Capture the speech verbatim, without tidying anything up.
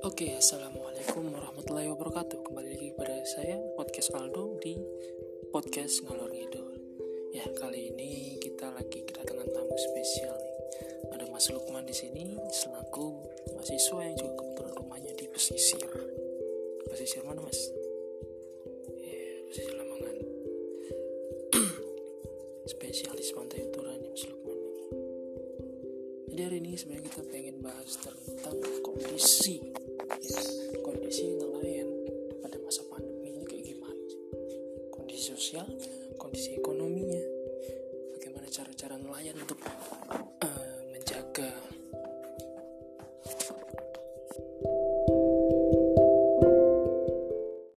Oke, assalamualaikum warahmatullahi wabarakatuh. Kembali lagi kepada saya podcast Aldo di podcast Ngalor Ngidul. Ya, kali ini kita lagi kedatangan tamu spesial nih. Ada Mas Lukman di sini selaku mahasiswa yang juga kebetulan rumahnya di pesisir. Pesisir mana, Mas? Ya, pesisir Lamongan. Spesialis pantai utara nih Mas Lukman ini. Jadi hari ini sebenarnya kita pengen bahas tentang kondisi ya, kondisi nelayan pada masa pandemi ini kayak gimana sih? Kondisi sosialnya, kondisi ekonominya, bagaimana cara-cara nelayan untuk